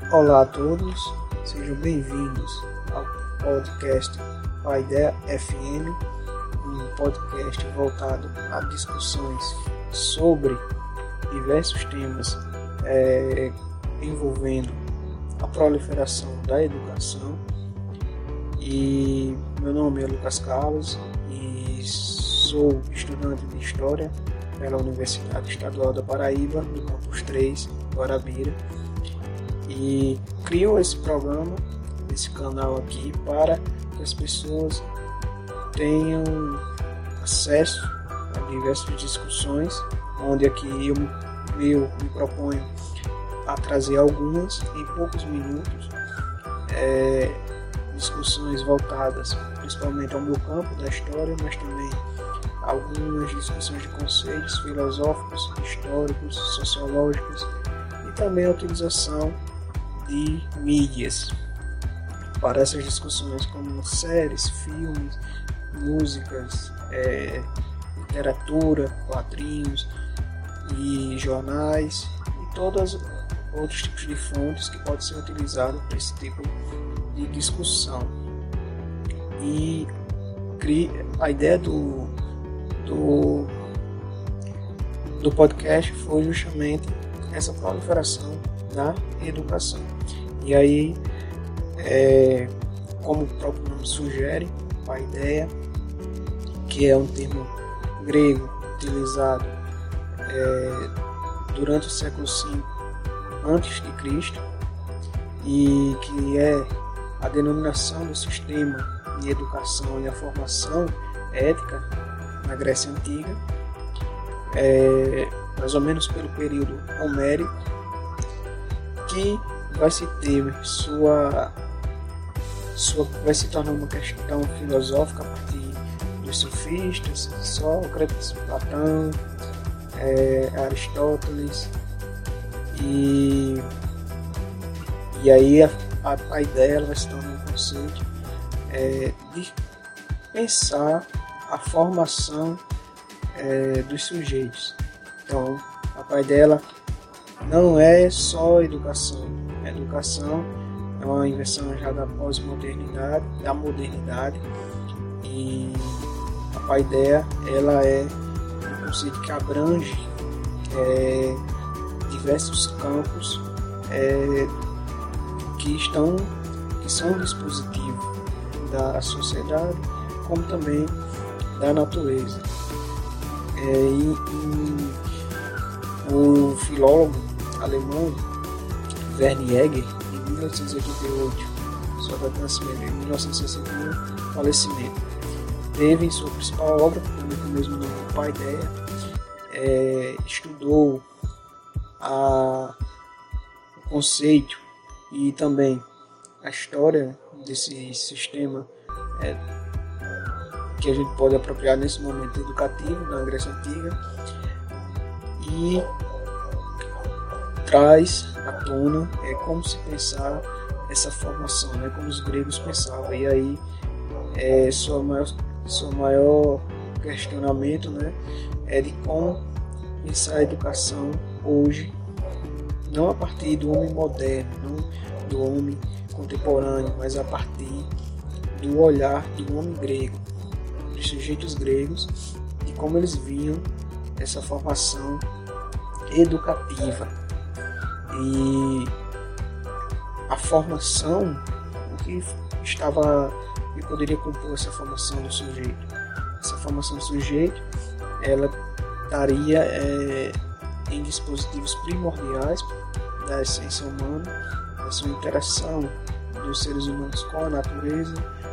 Olá a todos, sejam bem-vindos ao podcast Paideia FM, um podcast voltado a discussões sobre diversos temas envolvendo a proliferação da educação. E meu nome é Lucas Carlos e sou estudante de História pela Universidade Estadual da Paraíba, do Campus 3, Guarabira. E crio esse programa, esse canal aqui, para que as pessoas tenham acesso a diversas discussões, onde aqui eu me proponho a trazer algumas em poucos minutos, discussões voltadas principalmente ao meu campo da história, mas também algumas discussões de conceitos filosóficos, históricos, sociológicos e também a utilização de mídias para essas discussões, como séries, filmes, músicas, literatura, quadrinhos e jornais e todos outros tipos de fontes que podem ser utilizados para esse tipo de discussão. E a ideia do podcast foi justamente essa proliferação da educação. E aí, como o próprio nome sugere, paideia, que é um termo grego utilizado durante o século V a.C. e que é a denominação do sistema de educação e a formação ética na Grécia Antiga, mais ou menos pelo período homérico, que vai se tornar uma questão filosófica a partir dos sofistas, Sócrates, Platão, Aristóteles, e aí a ideia ela vai se tornar um conceito de pensar a formação dos sujeitos. Então, a paideia ela não é só educação. A educação é uma invenção já da pós-modernidade, da modernidade, e a paideia ela é um conceito que abrange diversos campos que são um dispositivo da sociedade, como também da natureza. O filólogo alemão Werner Jäger, em 1888, sua data de nascimento, em 1961, falecimento, teve em sua principal obra, com o mesmo nome, Paideia, estudou o conceito e também a história desse sistema que a gente pode apropriar nesse momento educativo na Grécia Antiga, e traz à tona como se pensar essa formação, como os gregos pensavam. E aí seu maior questionamento é de como pensar a educação hoje, não a partir do homem moderno, não do homem contemporâneo, mas a partir do olhar do homem grego, dos sujeitos gregos, e como eles viam essa formação educativa. E a formação, o que poderia compor essa formação do sujeito? Essa formação do sujeito, ela estaria em dispositivos primordiais da essência humana, da sua interação dos seres humanos com a natureza,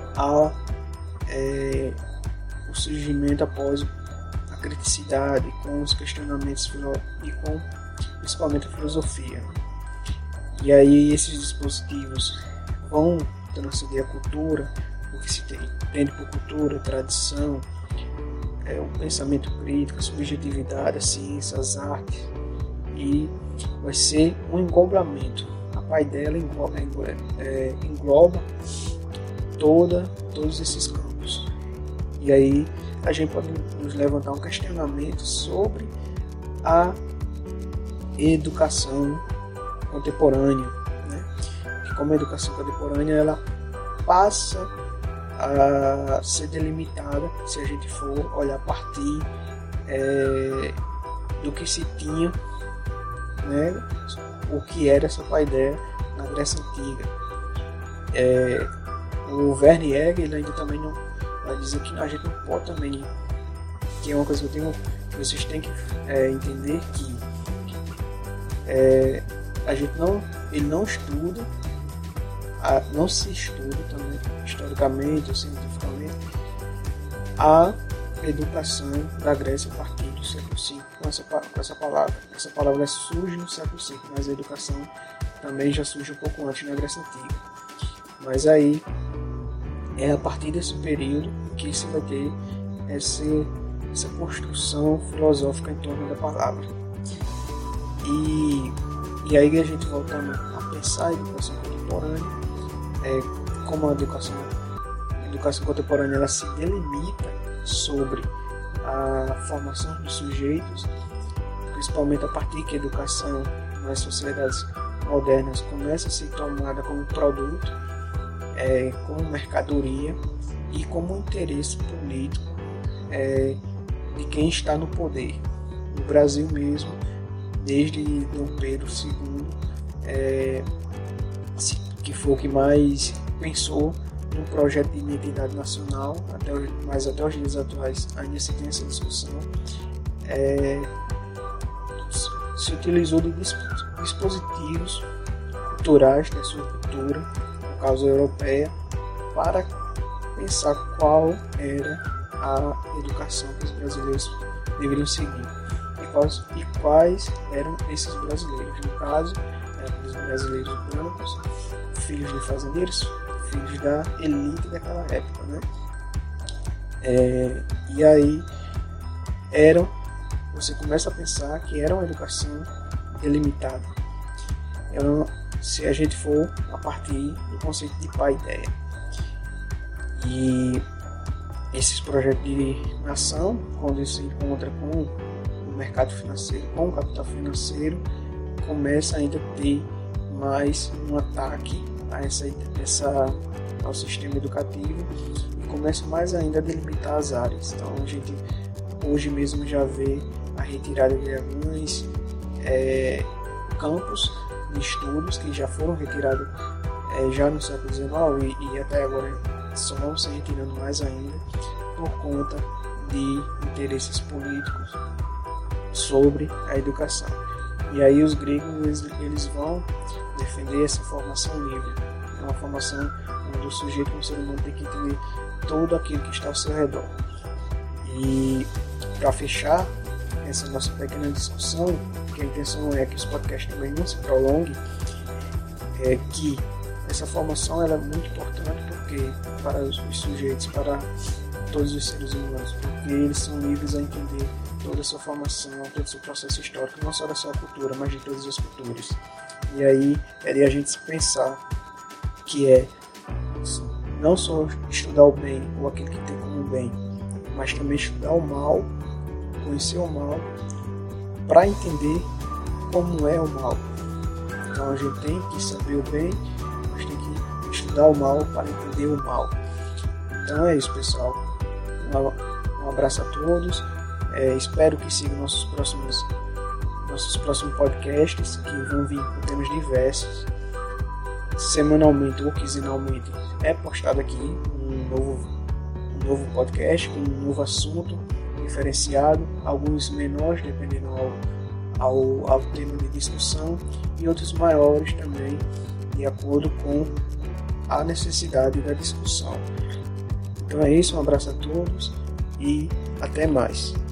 o surgimento após a criticidade, com os questionamentos e com principalmente a filosofia. E aí esses dispositivos vão transcender a cultura, o que se entende por cultura, tradição, o pensamento crítico, a subjetividade, a ciência, as artes, e vai ser um englobamento. A paideia engloba todos esses campos. E aí a gente pode nos levantar um questionamento sobre a educação contemporânea, né? como a educação contemporânea ela passa a ser delimitada, se a gente for olhar a partir do que se tinha, né, o que era essa paideia na Grécia Antiga. O Werner Jäger, ele ainda também não vai dizer que a gente não pode também, que é uma coisa que vocês têm que entender, que ele não estuda, não se estuda também historicamente ou cientificamente a educação da Grécia a partir do século V com essa palavra. Essa palavra surge no século V, mas a educação também já surge um pouco antes na Grécia Antiga. Mas aí é a partir desse período que se vai ter essa construção filosófica em torno da palavra. E aí a gente voltando a pensar a educação contemporânea, como a educação contemporânea ela se delimita sobre a formação dos sujeitos, principalmente a partir que a educação nas sociedades modernas começa a ser tomada como produto, como mercadoria e como interesse político de quem está no poder. No Brasil mesmo, desde Dom Pedro II, que foi o que mais pensou num projeto de identidade nacional, mas até os dias atuais ainda se tem essa discussão, se utilizou de dispositivos culturais da sua cultura, no caso europeia, para pensar qual era a educação que os brasileiros deveriam seguir e quais eram esses brasileiros. No caso, eram os brasileiros brancos, filhos de fazendeiros, filhos da elite daquela época, né? E aí você começa a pensar que era uma educação delimitada. Se a gente for a partir do conceito de paideia. E esses projetos de nação, quando se encontra com o mercado financeiro, com o capital financeiro, começa ainda a ter mais um ataque ao sistema educativo e começa mais ainda a delimitar as áreas. Então a gente hoje mesmo já vê a retirada de alguns campos de estudos que já foram retirados já no século XIX e até agora só vão se retirando mais ainda por conta de interesses políticos sobre a educação. E aí os gregos eles vão defender essa formação livre, uma formação onde o sujeito, como ser humano, tem que entender tudo aquilo que está ao seu redor. E para fechar essa nossa pequena discussão, que a intenção é que os podcasts também não se prolonguem, é que essa formação ela é muito importante para os sujeitos, para todos os seres humanos, porque eles são livres a entender toda a sua formação, todo o seu processo histórico, não só da sua cultura, mas de todas as culturas. E aí é de a gente pensar que não só estudar o bem ou aquilo que tem como bem, mas também estudar o mal, conhecer o mal, para entender como é o mal. Então a gente tem que saber o bem, mas tem que estudar o mal para entender o mal. Então é isso, pessoal. Um abraço a todos. Espero que sigam nossos próximos podcasts, que vão vir com temas diversos. Semanalmente ou quinzenalmente é postado aqui um novo podcast com um novo assunto diferenciado, alguns menores dependendo ao tema de discussão e outros maiores também de acordo com a necessidade da discussão. Então é isso, um abraço a todos e até mais.